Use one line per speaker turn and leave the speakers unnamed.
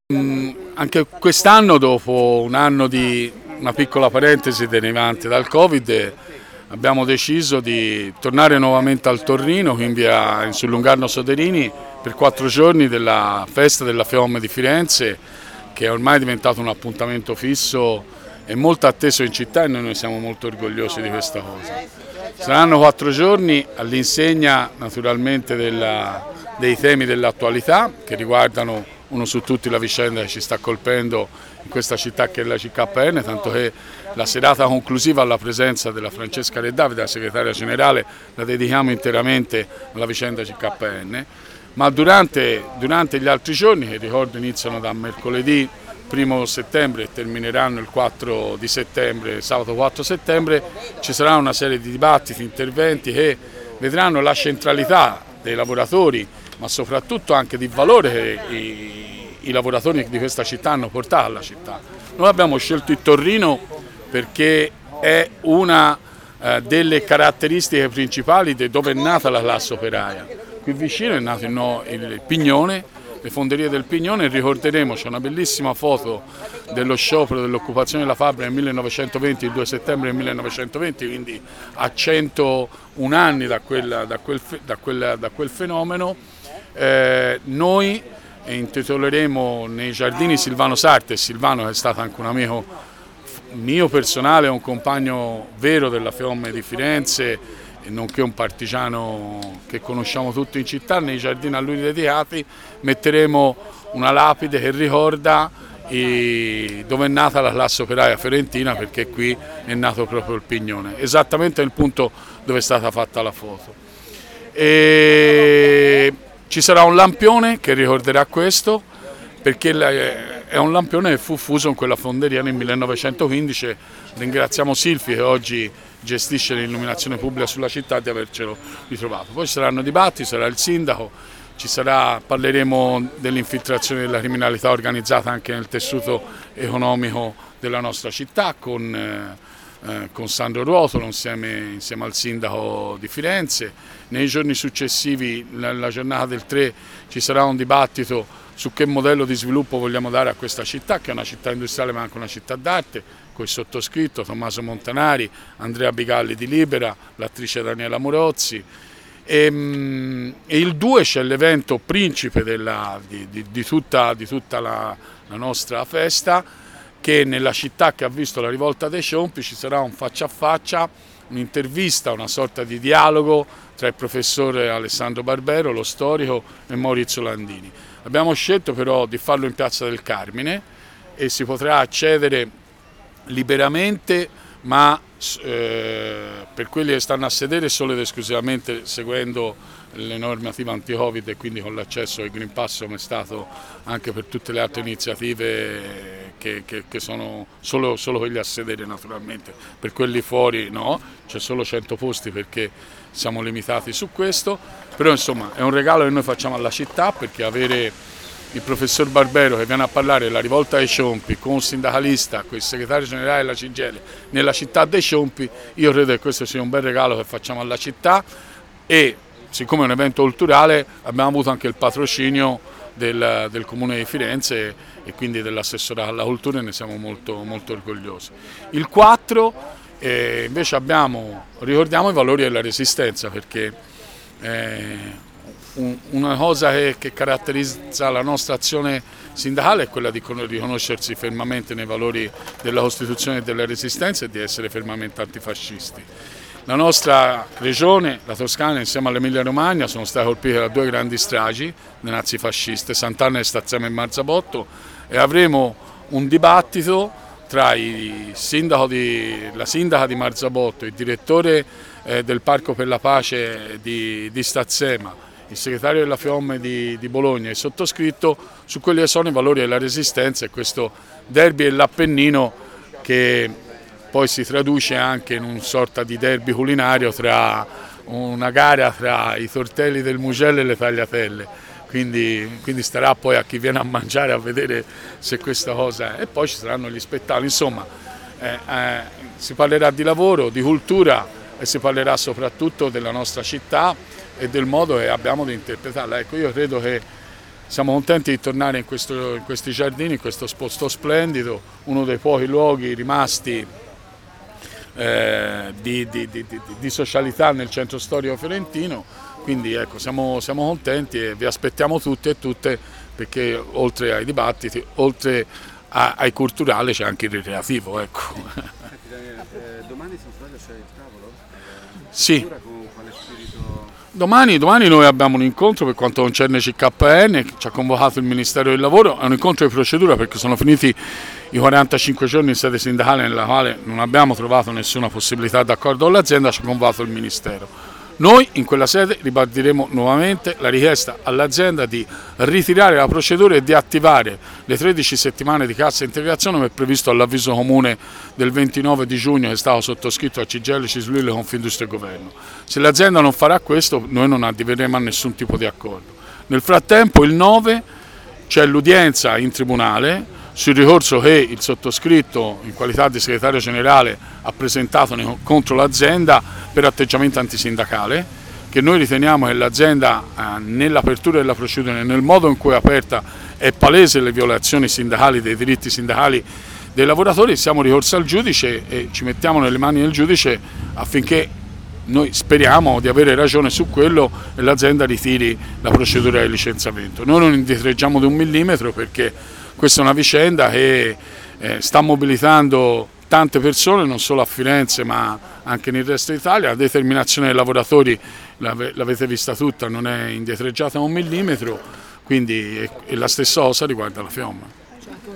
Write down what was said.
Anche quest'anno, dopo un anno di una piccola parentesi derivante dal Covid, abbiamo deciso di tornare nuovamente al Torrino, quindi sul Lungarno Soderini, per 4 giorni della festa della Fiamme di Firenze, che è ormai diventato un appuntamento fisso e molto atteso in città, e noi siamo molto orgogliosi di questa cosa. Saranno 4 giorni all'insegna naturalmente dei temi dell'attualità che riguardano uno su tutti la vicenda che ci sta colpendo in questa città che è la CKN, tanto che la serata conclusiva alla presenza della Francesca Re Davide, la segretaria generale, la dedichiamo interamente alla vicenda CKN, ma durante gli altri giorni, che ricordo iniziano da mercoledì 1° settembre e termineranno il 4 di settembre, sabato 4 settembre, ci sarà una serie di dibattiti, interventi che vedranno la centralità dei lavoratori, ma soprattutto anche di valore che i lavoratori di questa città hanno portato alla città. Noi abbiamo scelto il Torrino perché è una delle caratteristiche principali di dove è nata la classe operaia. Qui vicino è nato il Pignone, le fonderie del Pignone, ricorderemo, c'è una bellissima foto dello sciopero dell'occupazione della fabbrica nel 1920, il 2 settembre del 1920, quindi a 101 anni da quel fenomeno. Noi intitoleremo nei giardini Silvano Sarte, Silvano che è stato anche un amico mio personale, un compagno vero della Fiamme di Firenze, e nonché un partigiano che conosciamo tutti in città. Nei giardini a lui dedicati metteremo una lapide che ricorda dove è nata la classe operaia fiorentina, perché qui è nato proprio il Pignone, esattamente nel punto dove è stata fatta la foto. Ci sarà un lampione che ricorderà questo, perché è un lampione che fu fuso in quella fonderia nel 1915. Ringraziamo Silfi che oggi gestisce l'illuminazione pubblica sulla città di avercelo ritrovato. Poi ci saranno dibattiti, sarà il sindaco, parleremo dell'infiltrazione della criminalità organizzata anche nel tessuto economico della nostra città con Sandro Ruotolo insieme al sindaco di Firenze. Nei giorni successivi, nella giornata del 3, ci sarà un dibattito su che modello di sviluppo vogliamo dare a questa città, che è una città industriale ma anche una città d'arte, con il sottoscritto Tommaso Montanari, Andrea Bigalli di Libera, l'attrice Daniela Morozzi. E il 2 c'è l'evento principe di tutta la nostra festa, che nella città che ha visto la rivolta dei Ciompi ci sarà un faccia a faccia, un'intervista, una sorta di dialogo tra il professore Alessandro Barbero, lo storico, e Maurizio Landini. Abbiamo scelto però di farlo in Piazza del Carmine e si potrà accedere liberamente, ma per quelli che stanno a sedere solo ed esclusivamente seguendo le normative anti-Covid, e quindi con l'accesso al Green Pass, come è stato anche per tutte le altre iniziative che sono solo quelli a sedere naturalmente. Per quelli fuori no, c'è solo 100 posti perché siamo limitati su questo, però insomma è un regalo che noi facciamo alla città, perché avere il professor Barbero che viene a parlare della rivolta dei Ciompi con un sindacalista, con il segretario generale della CGIL nella città dei Ciompi, io credo che questo sia un bel regalo che facciamo alla città. E siccome è un evento culturale abbiamo avuto anche il patrocinio del Comune di Firenze e quindi dell'assessorato alla cultura, e ne siamo molto, molto orgogliosi. Il 4 invece ricordiamo i valori della Resistenza, perché una cosa che caratterizza la nostra azione sindacale è quella di riconoscersi fermamente nei valori della Costituzione e della Resistenza e di essere fermamente antifascisti. La nostra regione, la Toscana, insieme all'Emilia Romagna, sono state colpite da 2 grandi stragi nazifasciste, Sant'Anna di Stazzema e Marzabotto, e avremo un dibattito tra la sindaca di Marzabotto, il direttore del Parco per la Pace di Stazzema, il segretario della Fiamme di Bologna e il sottoscritto, su quelli che sono i valori della Resistenza, e questo derby dell'Appennino che poi si traduce anche in una sorta di derby culinario, tra una gara tra i tortelli del Mugello e le tagliatelle, quindi starà poi a chi viene a mangiare a vedere se questa cosa è. E poi ci saranno gli spettacoli, insomma si parlerà di lavoro, di cultura, e si parlerà soprattutto della nostra città e del modo che abbiamo di interpretarla. Ecco, io credo che Siamo contenti di tornare in questi giardini, in questo posto splendido, uno dei pochi luoghi rimasti di socialità nel centro storico fiorentino, quindi ecco, siamo contenti e vi aspettiamo tutti e tutte, perché oltre ai dibattiti, oltre ai culturali c'è anche il ricreativo. Ecco.
Domani se non sbaglio c'è il tavolo?
Sì.
Con quale spirito?
Domani noi abbiamo un incontro per quanto concerne CKN, ci ha convocato il Ministero del Lavoro, è un incontro di procedura perché sono finiti i 45 giorni in sede sindacale nella quale non abbiamo trovato nessuna possibilità d'accordo con l'azienda, ci ha convocato il Ministero. Noi in quella sede ribadiremo nuovamente la richiesta all'azienda di ritirare la procedura e di attivare le 13 settimane di cassa integrazione come previsto all'avviso comune del 29 di giugno che è stato sottoscritto a CGIL, CISL, Confindustria e Governo. Se l'azienda non farà questo noi non addiverremo a nessun tipo di accordo. Nel frattempo il 9 c'è l'udienza in tribunale sul ricorso che il sottoscritto in qualità di segretario generale ha presentato contro l'azienda per atteggiamento antisindacale, che noi riteniamo che l'azienda nell'apertura della procedura e nel modo in cui è aperta è palese le violazioni sindacali dei diritti sindacali dei lavoratori. Siamo ricorsi al giudice e ci mettiamo nelle mani del giudice affinché noi speriamo di avere ragione su quello e l'azienda ritiri la procedura di licenziamento. Noi non indietreggiamo di un millimetro perché questa è una vicenda che sta mobilitando tante persone, non solo a Firenze ma anche nel resto d'Italia. La determinazione dei lavoratori, l'avete vista tutta, non è indietreggiata un millimetro, quindi la stessa cosa riguarda la Fiamma.